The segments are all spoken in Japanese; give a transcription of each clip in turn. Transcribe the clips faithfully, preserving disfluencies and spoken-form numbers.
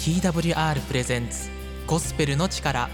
ティーダブリューアール プレゼンツゴスペルの力。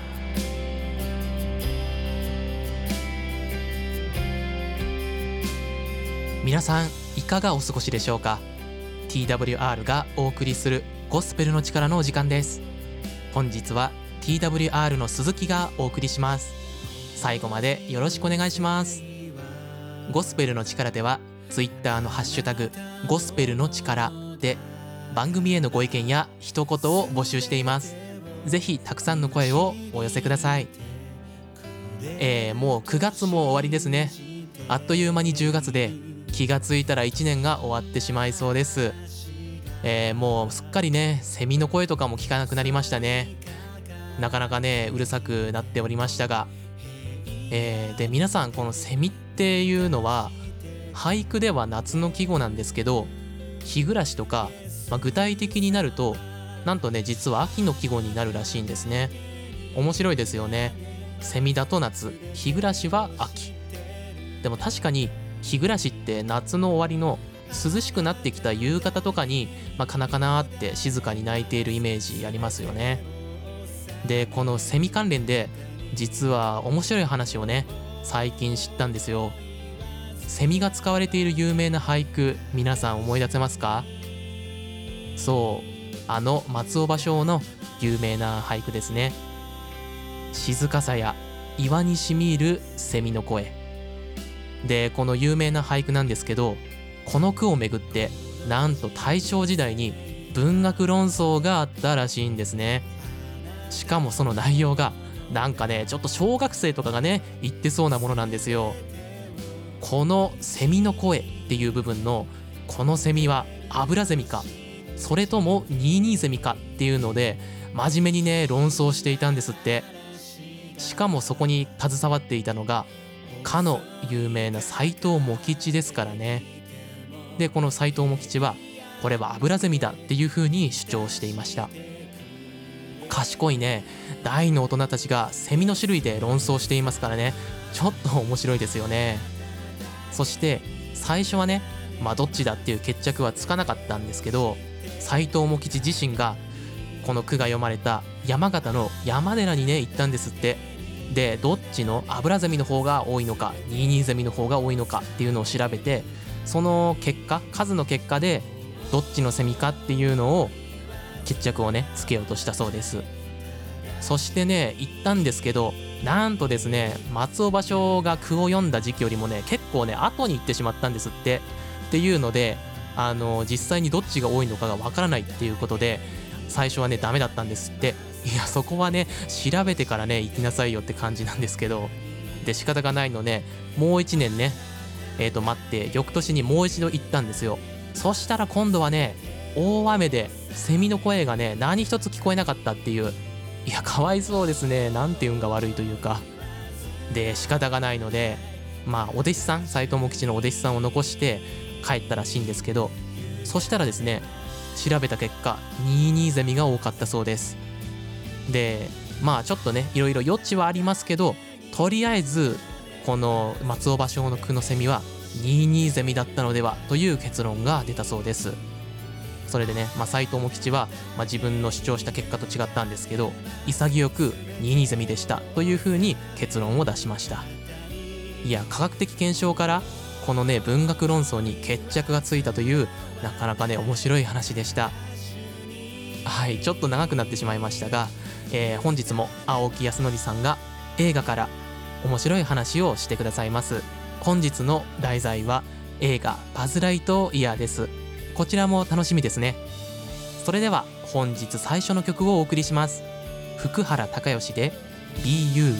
皆さんいかがお過ごしでしょうか。 ティーダブリューアール がお送りするゴスペルの力のお時間です。本日は ティーダブリューアール の鈴木がお送りします。最後までよろしくお願いします。ゴスペルの力ではツイッターのハッシュタグゴスペルの力で番組へのご意見や一言を募集しています。ぜひたくさんの声をお寄せください。えー、もうくがつも終わりですね。あっという間にじゅうがつで気がついたらいちねんが終わってしまいそうです。えー、もうすっかりねセミの声とかも聞かなくなりましたね。なかなかねうるさくなっておりましたが、えー、で皆さんこのセミっていうのは俳句では夏の季語なんですけど、日暮らしとか、まあ、具体的になるとなんとね実は秋の季語になるらしいんですね。面白いですよね。セミだと夏、日暮らしは秋。でも確かに日暮らしって夏の終わりの涼しくなってきた夕方とかに、まあ、カナカナって静かに鳴いているイメージありますよね。でこのセミ関連で実は面白い話をね最近知ったんですよ。セミが使われている有名な俳句、皆さん思い出せますか？そう、あの松尾芭蕉の有名な俳句ですね。静かさや岩にしみ入るセミの声で、この有名な俳句なんですけど、この句をめぐってなんと大正時代に文学論争があったらしいんですね。しかもその内容がなんかねちょっと小学生とかがね言ってそうなものなんですよ。このセミの声っていう部分のこのセミはアブラゼミかそれともニーニーゼミかっていうので真面目にね論争していたんですって。しかもそこに携わっていたのがかの有名な斎藤茂吉ですからね。でこの斎藤茂吉はこれはアブラゼミだっていう風に主張していました。賢いね大の大人たちがセミの種類で論争していますからね、ちょっと面白いですよね。そして最初はねまあどっちだっていう決着はつかなかったんですけど、斎藤茂吉自身がこの句が読まれた山形の山寺にね行ったんですって。でどっちのアブラゼミの方が多いのかニーニーゼミの方が多いのかっていうのを調べて、その結果数の結果でどっちのセミかっていうのを決着をねつけようとしたそうです。そしてね行ったんですけど、なんとですね松尾芭蕉が句を読んだ時期よりもね結構ね後に行ってしまったんですって。っていうのであの実際にどっちが多いのかがわからないっていうことで最初はねダメだったんですって。いやそこはね調べてからね行きなさいよって感じなんですけど、で仕方がないのねもういちねんねえーと待って翌年にもう一度行ったんですよ。そしたら今度はね大雨でセミの声がね何一つ聞こえなかったっていう。いやかわいそうですね、なんて運が悪いというか。で仕方がないのでまあお弟子さん斎藤茂吉のお弟子さんを残して帰ったらしいんですけど、そしたらですね調べた結果ニーニーゼミが多かったそうです。でまあちょっとねいろいろ余地はありますけど、とりあえずこの松尾芭蕉の句のセミはニーニーゼミだったのではという結論が出たそうです。それでね、まあ、斎藤茂吉は、まあ、自分の主張した結果と違ったんですけど潔くニーニーゼミでしたというふうに結論を出しました。いや科学的検証からこのね文学論争に決着がついたというなかなかね面白い話でした。はい、ちょっと長くなってしまいましたが、えー、本日も青木康則さんが映画から面白い話をしてくださいます。本日の題材は映画バズ・ライトイヤーです。こちらも楽しみですね。それでは本日最初の曲をお送りします。福原孝義で Be You。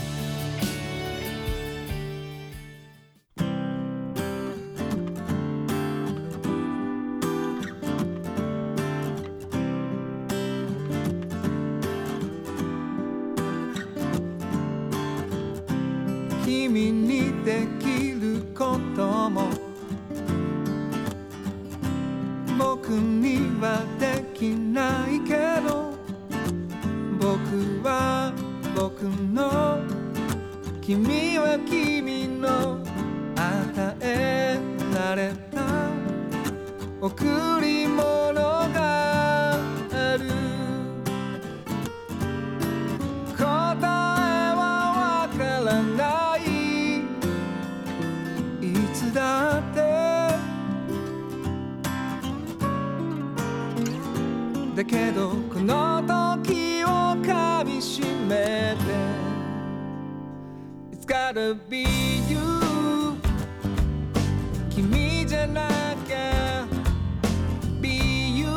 君にできることも僕にはできないけど、僕は僕の君は君の与えられた贈り物がある。 だけどこの時を噛みしめて It's gotta be you 君じゃなきゃ Be you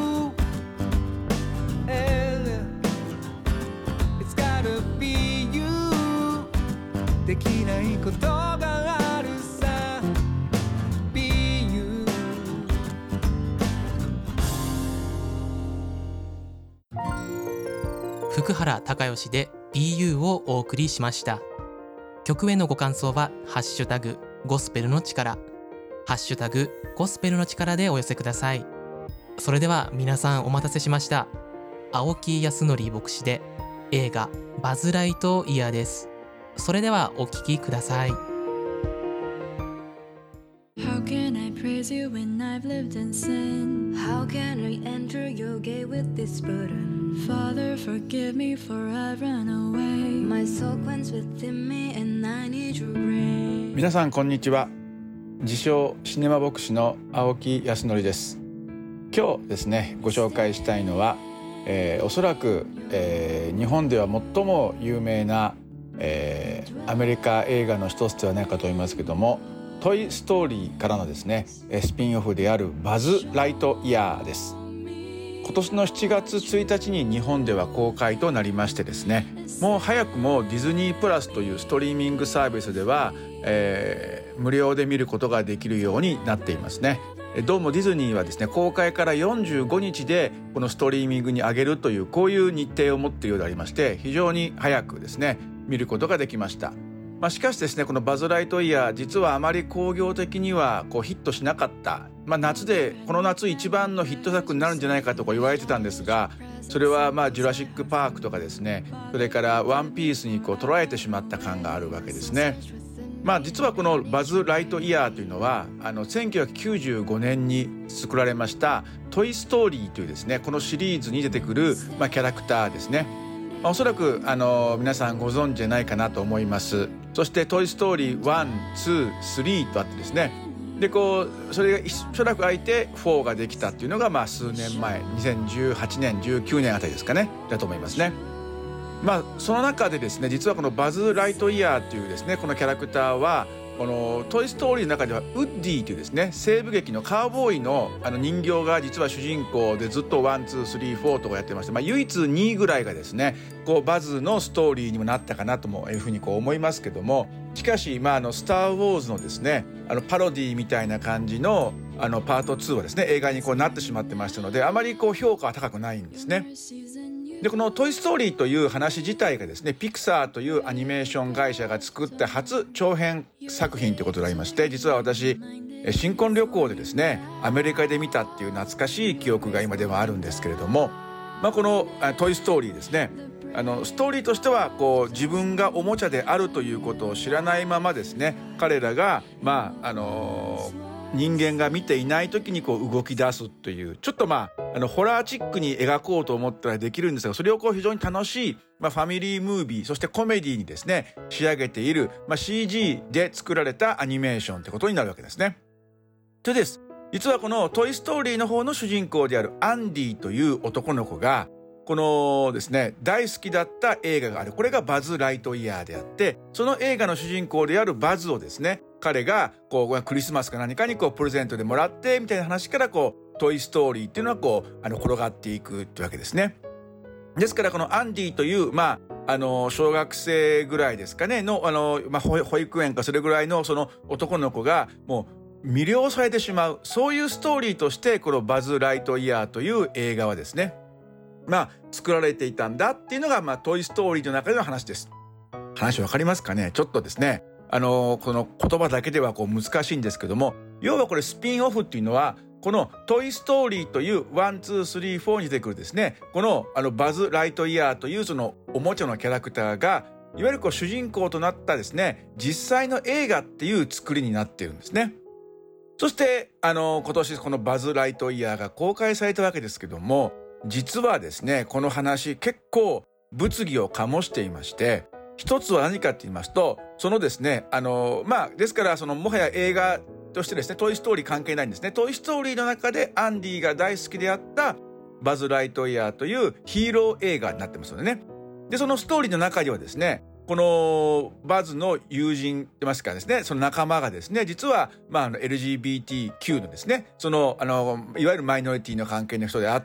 It's gotta be you できないことがあるさ Be you 福原孝義で ビーユー をお送りしました。曲へのご感想はハッシュタグゴスペルの力、ハッシュタグゴスペルの力でお寄せください。それでは皆さんお待たせしました。青木康則牧師で映画バズ・ライトイヤーです。それではお聴きください。 How can I praise you when I've lived in sin? How can I enter your gate with this burden? Father, forgive me for I've run away. My soul quenches within me and I need your grace. 皆さんこんにちは。自称シネマ牧師の青木康則です。今日ですねご紹介したいのは、えー、おそらく、えー、日本では最も有名な、えー、アメリカ映画の一つではないかと思いますけども、トイストーリーからのですねスピンオフであるバズ・ライトイヤーです。今年のしちがつついたちに日本では公開となりましてですね、もう早くもディズニープラスというストリーミングサービスでは、えー、無料で見ることができるようになっていますね。どうもディズニーはですね公開からよんじゅうごにちでこのストリーミングに上げるというこういう日程を持っているようでありまして、非常に早くですね見ることができました。まあ、しかしですねこのバズ・ライトイヤー実はあまり興行的にはこうヒットしなかった、まあ、夏でこの夏一番のヒット作になるんじゃないかと言われてたんですが、それはまあジュラシック・パークとかですね、それからワンピースにこう捉えてしまった感があるわけですね。まあ、実はこのバズ・ライトイヤーというのはあのせんきゅうひゃくきゅうじゅうごねんに作られましたトイ・ストーリーというですねこのシリーズに出てくる、まあ、キャラクターですね。まあ、おそらくあの皆さんご存知じゃないかなと思います。そしてトイ・ストーリーワン、ツー、スリーとあってですね、でこうそれが一緒らく空いてフォーができたっていうのがまあ数年前にせんじゅうはちねんじゅうきゅうねんあたりですかねだと思いますね。まあその中でですね実はこのバズ・ライトイヤーというですねこのキャラクターはこのトイ・ストーリーの中ではウッディというですね西部劇のカウボーイのあの人形が実は主人公でずっとワン、ツー、スリー、フォーとかやってまして、まあ、唯一にいぐらいがですねこうバズのストーリーにもなったかなともいうふうにこう思いますけども、しかし、まあ、あのスター・ウォーズのですねあのパロディみたいな感じのあのパートツーはですね映画にこうなってしまってましたので、あまりこう評価は高くないんですね。でこのトイ・ストーリーという話自体がですねピクサーというアニメーション会社が作った初長編作品ということでありまして、実は私新婚旅行でですねアメリカで見たっていう懐かしい記憶が今ではあるんですけれども、まあ、このトイ・ストーリーですねあのストーリーとしてはこう自分がおもちゃであるということを知らないままですね彼らがまああのー人間が見ていない時にこう動き出すというちょっとまああのホラーチックに描こうと思ったらできるんですが、それをこう非常に楽しい、まあ、ファミリームービーそしてコメディにですね仕上げている、まあ、シージー で作られたアニメーションってことになるわけですね。でです、実はこのトイ・ストーリーの方の主人公であるアンディという男の子がこのですね大好きだった映画がある。これがバズ・ライトイヤーであって、その映画の主人公であるバズをですね彼がこうクリスマスか何かにこうプレゼントでもらってみたいな話からこうトイ・ストーリーっていうのはこうあの転がっていくってわけですね。ですからこのアンディというまああの小学生ぐらいですかねのあの、まあ、保育園かそれぐらいのその男の子がもう魅了されてしまう、そういうストーリーとしてこのバズ・ライトイヤーという映画はですねまあ作られていたんだっていうのがまあトイ・ストーリーの中での話です。話わかりますかね。ちょっとですねあのこの言葉だけではこう難しいんですけども、要はこれスピンオフっていうのはこのトイ・ストーリーというワン、ツー、スリー、フォーに出てくるですねこのあのバズ・ライトイヤーというそのおもちゃのキャラクターがいわゆるこう主人公となったですね実際の映画っていう作りになっているんですね。そしてあの今年このバズ・ライトイヤーが公開されたわけですけども、実はですねこの話結構物議を醸していまして、一つは何かって言いますとそのですねあのまあですからそのもはや映画としてですねトイ・ストーリー関係ないんですね。トイ・ストーリーの中でアンディが大好きであったバズ・ライトイヤーというヒーロー映画になってますよね。でそのストーリーの中にはですね、このバズの友人といいますかですね、その仲間がですね、実は、まあ、あの エルジービーティーキュー のですね、そのあのいわゆるマイノリティの関係の人であって、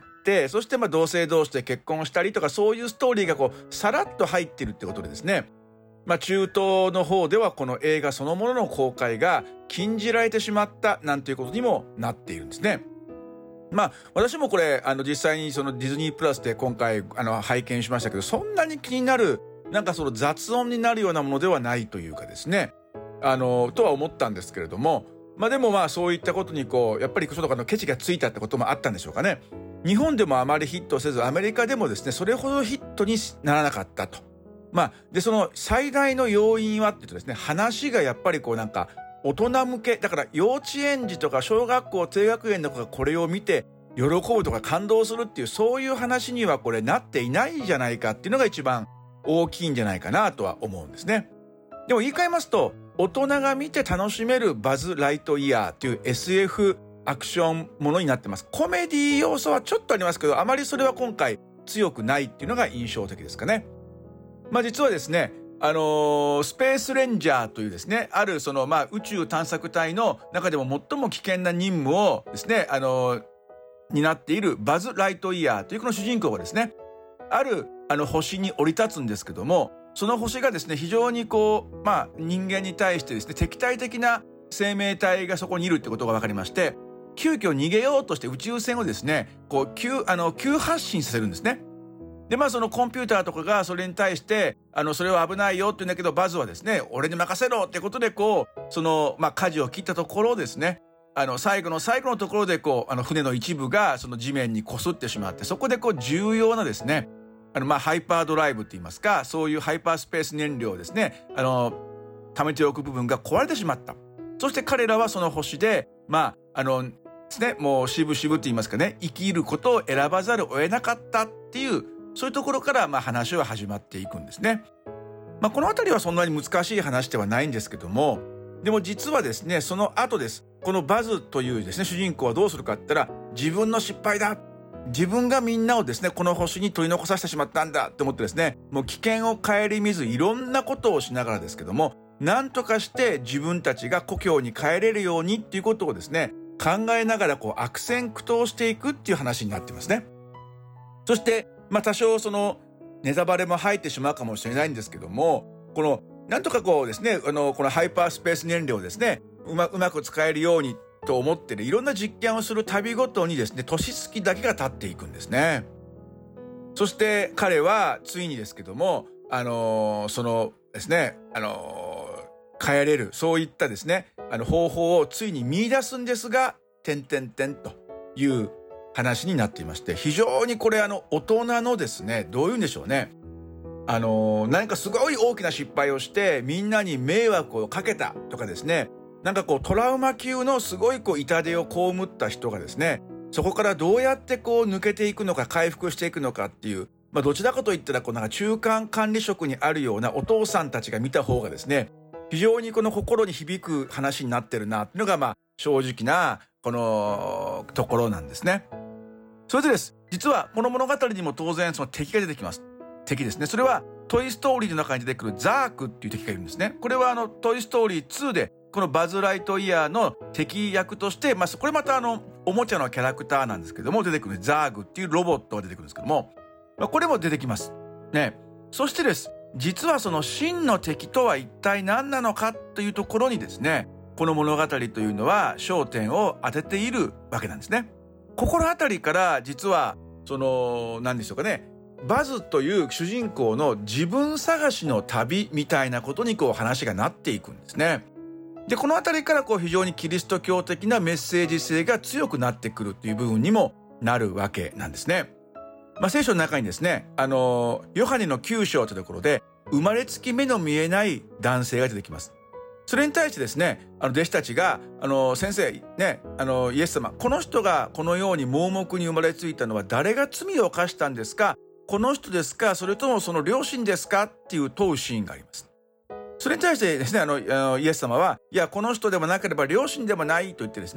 そしてまあ同性同士で結婚したりとか、そういうストーリーがこうさらっと入ってるってことでですね、まあ、中東の方ではこの映画そのものの公開が禁じられてしまったなんていうことにもなっているんですね。まあ私もこれあの実際にそのディズニープラスで今回あの拝見しましたけど、そんなに気になるなんかその雑音になるようなものではないというかですね、あのとは思ったんですけれども、まあでもまあそういったことにこうやっぱりちょっとあのケチがついたってこともあったんでしょうかね。日本でもあまりヒットせず、アメリカでもですねそれほどヒットにならなかったと。まあでその最大の要因はっていうとですね、話がやっぱりこうなんか大人向けだから、幼稚園児とか小学校低学年の子がこれを見て喜ぶとか感動するっていう、そういう話にはこれなっていないじゃないかっていうのが一番大きいんじゃないかなとは思うんですね。でも言い換えますと、大人が見て楽しめるバズ・ライトイヤーという エスエフ アクションものになってます。コメディ要素はちょっとありますけど、あまりそれは今回強くないっていうのが印象的ですかね。まあ実はですね、あのー、スペースレンジャーというですね、あるそのまあ宇宙探索隊の中でも最も危険な任務をですね、あのー、担っているバズ・ライトイヤーというこの主人公がですね、あるあの星に降り立つんですけども、その星がですね非常にこうまあ人間に対してですね敵対的な生命体がそこにいるってことが分かりまして、急遽逃げようとして宇宙船をですねこう急あの急発進させるんですね。でまあそのコンピューターとかがそれに対してあのそれは危ないよって言うんだけど、バズはですね俺に任せろってことでこうそのまあ舵を切ったところですね、あの最後の最後のところでこうあの船の一部がその地面に擦ってしまって、そこでこう重要なですねあのまあハイパードライブって言いますか、そういうハイパースペース燃料をですねあの貯めておく部分が壊れてしまった。そして彼らはその星でまああのですねもうしぶしぶって言いますかね、生きることを選ばざるを得なかったっていう、そういうところからまあ話は始まっていくんですね。まあこのあたりはそんなに難しい話ではないんですけども、でも実はですねその後です。このバズというですね主人公はどうするかって言ったら、自分の失敗だ、自分がみんなをですねこの星に取り残させてしまったんだと思ってですね、もう危険を顧みずいろんなことをしながらですけども、なんとかして自分たちが故郷に帰れるようにっていうことをですね考えながらこう悪戦苦闘していくっていう話になってますね。そしてまあ多少そのネタバレも入ってしまうかもしれないんですけども、このなんとかこうですねあのこのハイパースペース燃料をですねうまうまく使えるようにと思ってるいろんな実験をする旅ごとにですね年月だけが経っていくんですね。そして彼はついにですけどもあのー、そのですねあのー、帰れるそういったですねあの方法をついに見出すんですが、点々点という話になっていまして、非常にこれあの大人のですねどういうんでしょうね、あのー、何かすごい大きな失敗をしてみんなに迷惑をかけたとかですね、なんかこうトラウマ級のすごいこう痛手を被った人がですね、そこからどうやってこう抜けていくのか回復していくのかっていう、まあどちらかといったらこうなんか中間管理職にあるようなお父さんたちが見た方がですね非常にこの心に響く話になってるなっていうのがまあ正直なこのところなんですね。それでです、実はこの物語にも当然その敵が出てきます。敵ですね。それはトイストーリーの中に出てくるザークっていう敵がいるんですね。これはあのトイストーリーツーでこのバズ・ライトイヤーの敵役として、まあ、これまたあのおもちゃのキャラクターなんですけども出てくるザーグっていうロボットが出てくるんですけども、まあ、これも出てきますね。そしてです、実はその真の敵とは一体何なのかというところにですねこの物語というのは焦点を当てているわけなんですね。心当たりから実はその何でしょうかね、バズという主人公の自分探しの旅みたいなことにこう話がなっていくんですね。でこの辺りからこう非常にキリスト教的なメッセージ性が強くなってくるという部分にもなるわけなんですね。まあ、聖書の中にですねあのヨハネのきゅう章というところで生まれつき目の見えない男性が出てきます。それに対してですねあの弟子たちがあの先生ねあのイエス様、この人がこのように盲目に生まれついたのは誰が罪を犯したんですか、この人ですか、それともその両親ですかっていう問うシーンがあります。それに対してですねあのイエス様はいやこの人でもなければ両親でもないと言ってですね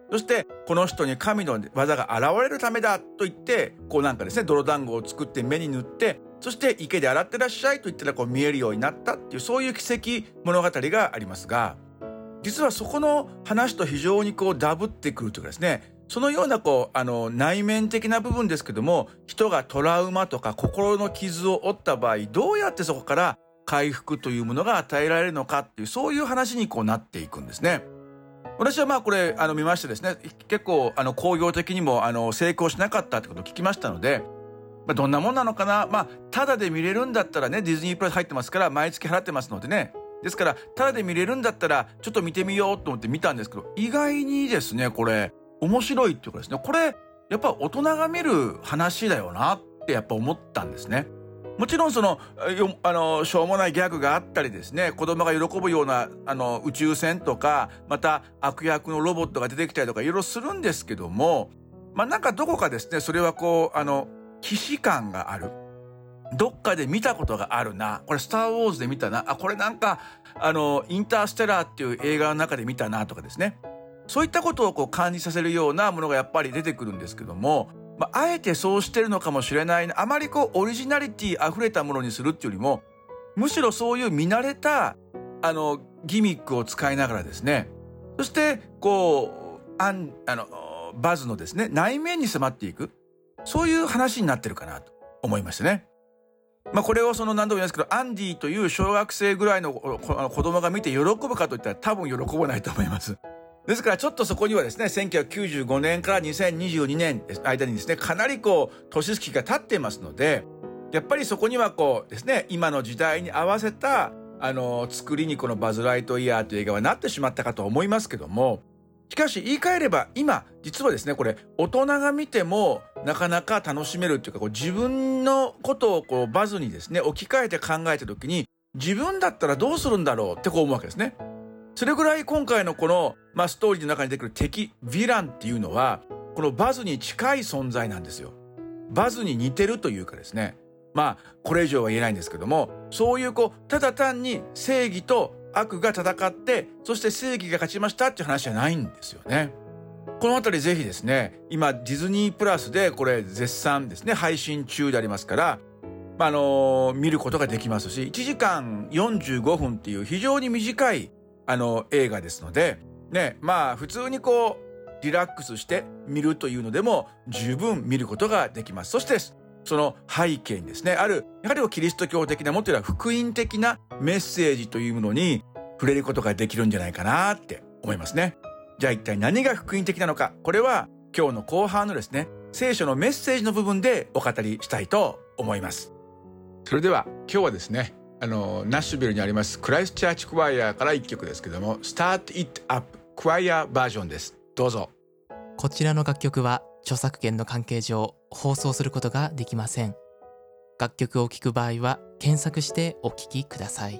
そしてこの人に神の技が現れるためだと言って、こうなんかですね、泥団子を作って目に塗って、そして池で洗ってらっしゃいと言ったらこう見えるようになったっていう、そういう奇跡物語がありますが、実はそこの話と非常にこうダブってくるというかですね、そのようなこうあの内面的な部分ですけども、人がトラウマとか心の傷を負った場合、どうやってそこから回復というものが与えられるのかっていう、そういう話にこうなっていくんですね。私はまあこれあの見ましてですね、結構あの興行的にもあの成功しなかったってことを聞きましたので、まあ、どんなもんなのかな、まあただで見れるんだったらね、ディズニープラス入ってますから毎月払ってますのでね、ですからただで見れるんだったらちょっと見てみようと思って見たんですけど、意外にですねこれ面白いっていうかですね、これやっぱ大人が見る話だよなってやっぱ思ったんですね。もちろんそのあのしょうもないギャグがあったりですね、子供が喜ぶようなあの宇宙船とか、また悪役のロボットが出てきたりとかいろいろするんですけども、まあなんかどこかですね、それはこうあの既視感がある、どっかで見たことがあるな、これスター・ウォーズで見たな、あこれなんかあのインターステラーっていう映画の中で見たなとかですね、そういったことをこう感じさせるようなものがやっぱり出てくるんですけども、まあ、あえてそうしてるのかもしれないな、あまりこうオリジナリティ溢れたものにするっていうよりも、むしろそういう見慣れたあのギミックを使いながらですね、そしてこうあんあのバズのですね内面に迫っていく、そういう話になってるかなと思いましたね。まあこれをその何度も言いますけど、アンディという小学生ぐらいの子供が見て喜ぶかといったら多分喜ばないと思います。ですからちょっとそこにはですね、せんきゅうひゃくきゅうじゅうごねんからにせんにじゅうにねん間にですね、かなりこう年月が経っていますので、やっぱりそこにはこうですね、今の時代に合わせたあの作りにこのバズ・ライトイヤーという映画はなってしまったかと思いますけども、しかし言い換えれば今実はですね、これ大人が見てもなかなか楽しめるっていうか、こう自分のことをこうバズにですね置き換えて考えた時に、自分だったらどうするんだろうってこう思うわけですね。それぐらい今回のこの、まあ、ストーリーの中に出てくる敵ヴィランっていうのはこのバズに近い存在なんですよ。バズに似てるというかですね、まあこれ以上は言えないんですけども、そういうこうただ単に正義と悪が戦って、そして正義が勝ちましたっていう話じゃないんですよね。このあたりぜひですね、今ディズニープラスでこれ絶賛ですね配信中でありますから、まあ、あの見ることができますし、いちじかんよんじゅうごふんっていう非常に短いあの映画ですのでね、まあ普通にこうリラックスして見るというのでも十分見ることができます。そしてその背景にですねある、やはりキリスト教的な、もっと言えば福音的なメッセージというものに触れることができるんじゃないかなって思いますね。じゃあ一体何が福音的なのか、これは今日の後半のですね聖書のメッセージの部分でお語りしたいと思います。それでは今日はですね、あのナッシュビルにありますクライストチャーチクワイアから一曲ですけども、 Start It Up クワイアバージョンです。どうぞ。 こちらの楽曲は著作権の関係上放送することができません。楽曲を聴く場合は検索してお聴きください。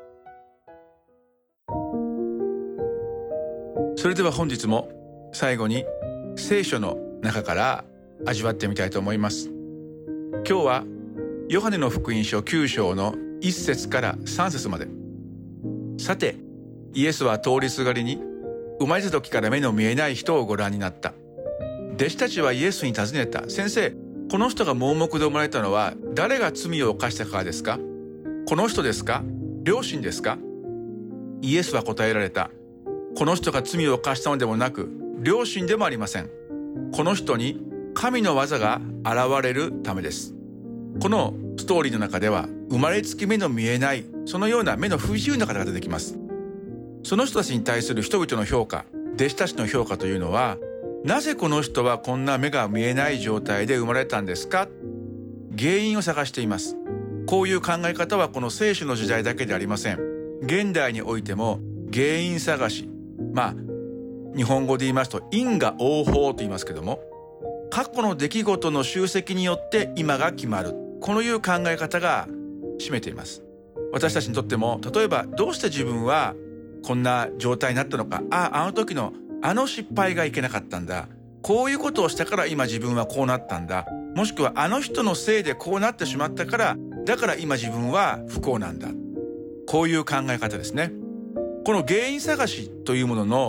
それでは本日も最後に聖書の中から味わってみたいと思います。今日はヨハネの福音書きゅう章のいっ節からさん節まで。さてイエスは通りすがりに生まれた時から目の見えない人をご覧になった。弟子たちはイエスに尋ねた。先生、この人が盲目で生まれたのは誰が罪を犯したからですか？この人ですか？両親ですか？イエスは答えられた。この人が罪を犯したのでもなく、両親でもありません。この人に神の技が現れるためです。このストーリーの中では生まれつき目の見えない、そのような目の不自由な方が出てきます。その人たちに対する人々の評価、弟子たちの評価というのは、なぜこの人はこんな目が見えない状態で生まれたんですか？原因を探しています。こういう考え方はこの聖書の時代だけでありません。現代においても原因探し、まあ日本語で言いますと因果応報と言いますけども、過去の出来事の集積によって今が決まる、このいう考え方が占めています。私たちにとっても、例えばどうして自分はこんな状態になったのか、ああ、あの時のあの失敗がいけなかったんだ、こういうことをしたから今自分はこうなったんだ、もしくはあの人のせいでこうなってしまったからだから今自分は不幸なんだ、こういう考え方ですね。この原因探しというものの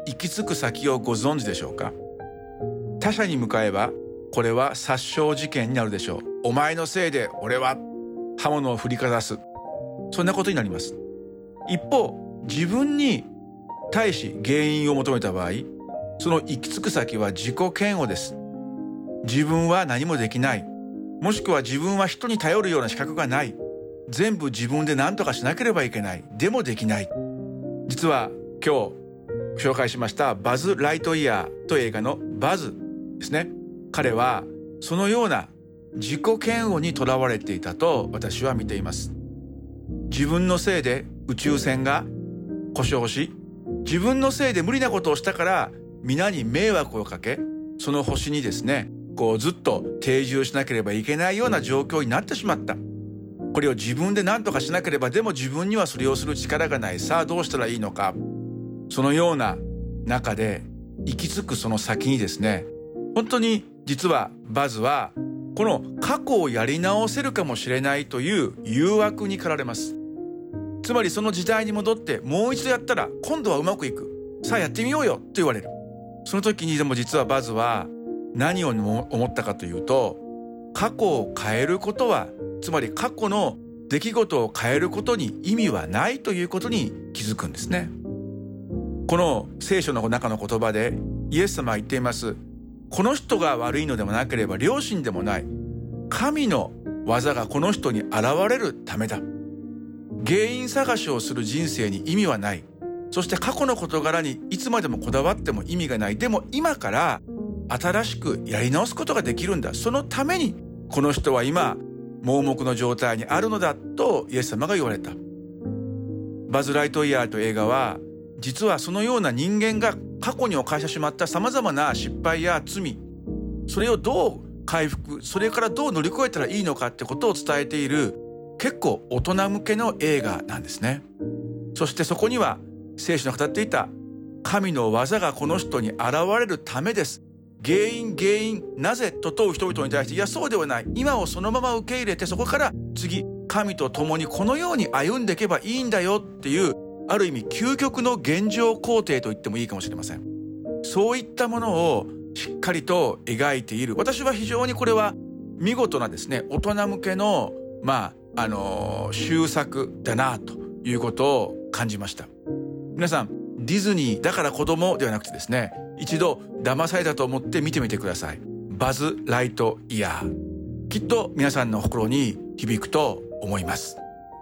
行き着く先をご存知でしょうか。他者に向かえばこれは殺傷事件になるでしょう。お前のせいで俺は刃物を振りかざす、そんなことになります。一方、自分に対し原因を求めた場合、その行き着く先は自己嫌悪です。自分は何もできない、もしくは自分は人に頼るような資格がない、全部自分で何とかしなければいけない、でもできない。実は今日紹介しましたバズ・ライトイヤーという映画のバズですね、彼はそのような自己嫌悪にとらわれていたと私は見ています。自分のせいで宇宙船が故障し、自分のせいで無理なことをしたから皆に迷惑をかけ、その星にですねこうずっと定住しなければいけないような状況になってしまった。これを自分で何とかしなければ、でも自分にはそれをする力がない。さあどうしたらいいのか。そのような中で行き着くその先にですね、本当に実はバズはこの過去をやり直せるかもしれないという誘惑に駆られます。つまりその時代に戻ってもう一度やったら今度はうまくいく、さあやってみようよと言われる。その時にでも実はバズは何を思ったかというと、過去を変えることは、つまり過去の出来事を変えることに意味はないということに気づくんですね。この聖書の中の言葉でイエス様は言っています。この人が悪いのでもなければ良心でもない。神の技がこの人に現れるためだ。原因探しをする人生に意味はない。そして過去の事柄にいつまでもこだわっても意味がない。でも今から新しくやり直すことができるんだ。そのためにこの人は今盲目の状態にあるのだとイエス様が言われた。バズ・ライトイヤーという映画は実はそのような人間が過去に犯してしまったさまざまな失敗や罪、それをどう回復、それからどう乗り越えたらいいのかってことを伝えている結構大人向けの映画なんですね。そしてそこには聖書の語っていた神の技がこの人に現れるためです。原因原因なぜと問う人々に対して、いやそうではない、今をそのまま受け入れて、そこから次神と共にこのように歩んでいけばいいんだよっていう、ある意味究極の現状肯定と言ってもいいかもしれません。そういったものをしっかりと描いている、私は非常にこれは見事なですね大人向けのまああのー、終作だなということを感じました。皆さんディズニーだから子供ではなくてですね、一度騙されたと思って見てみてください。バズ・ライトイヤー、きっと皆さんの心に響くと思います。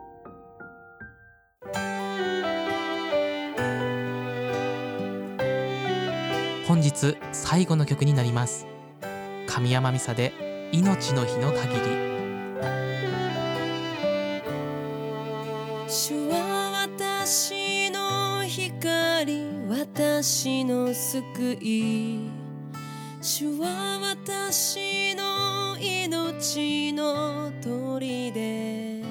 本日最後の曲になります。神山美沙で命の日の限り。 主は私の光、私の救い。主は私の命の砦。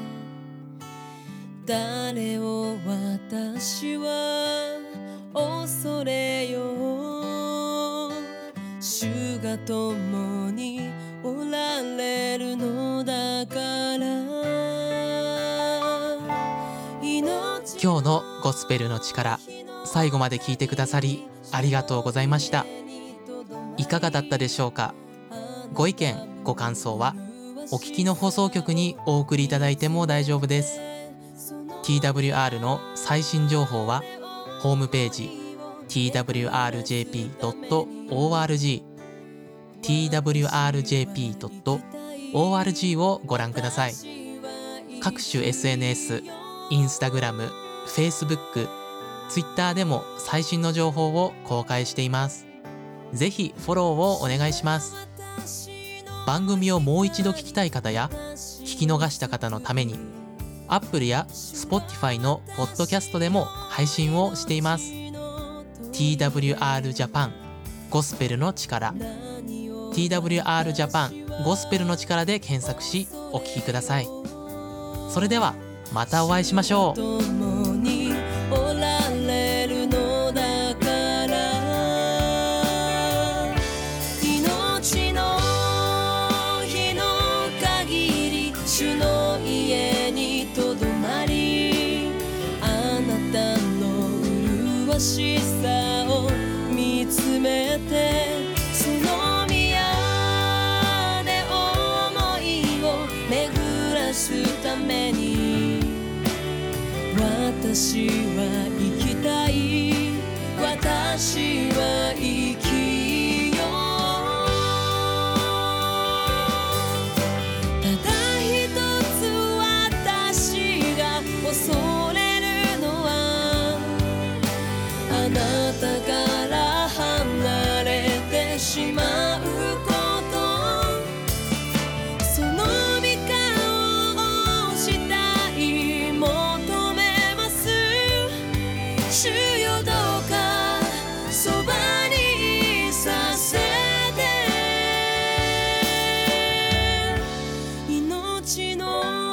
誰を私は恐れよう。主が共におられるのだから。 今日のゴスペルの力、最後まで聞いてくださりありがとうございました。いかがだったでしょうか。ご意見ご感想はお聞きの放送局にお送りいただいても大丈夫です。 ティーダブリューアール の最新情報はホームページ ティーダブリューアールジェーピードットオーアールジー ティーダブリューアールジェーピードットオーアールジー をご覧ください。各種 エスエヌエス、インスタグラム、フェイスブック、ツイッターでも最新の情報を公開しています。ぜひフォローをお願いします。番組をもう一度聞きたい方や聞き逃した方のために Apple や Spotify のポッドキャストでも配信をしています。 ティーダブリューアール ジャパンゴスペルの力、 ティーダブリューアール ジャパンゴスペルの力で検索しお聞きください。それではまたお会いしましょう。 主の家にとどまり、あなたの麗しさをめてその宮で思いを巡らすために私は生きたい私は生きようただ一つ私が恐れるのはあなたから離れてしまうことその御顔をしたい求めます主よどうかそばにいさせて命の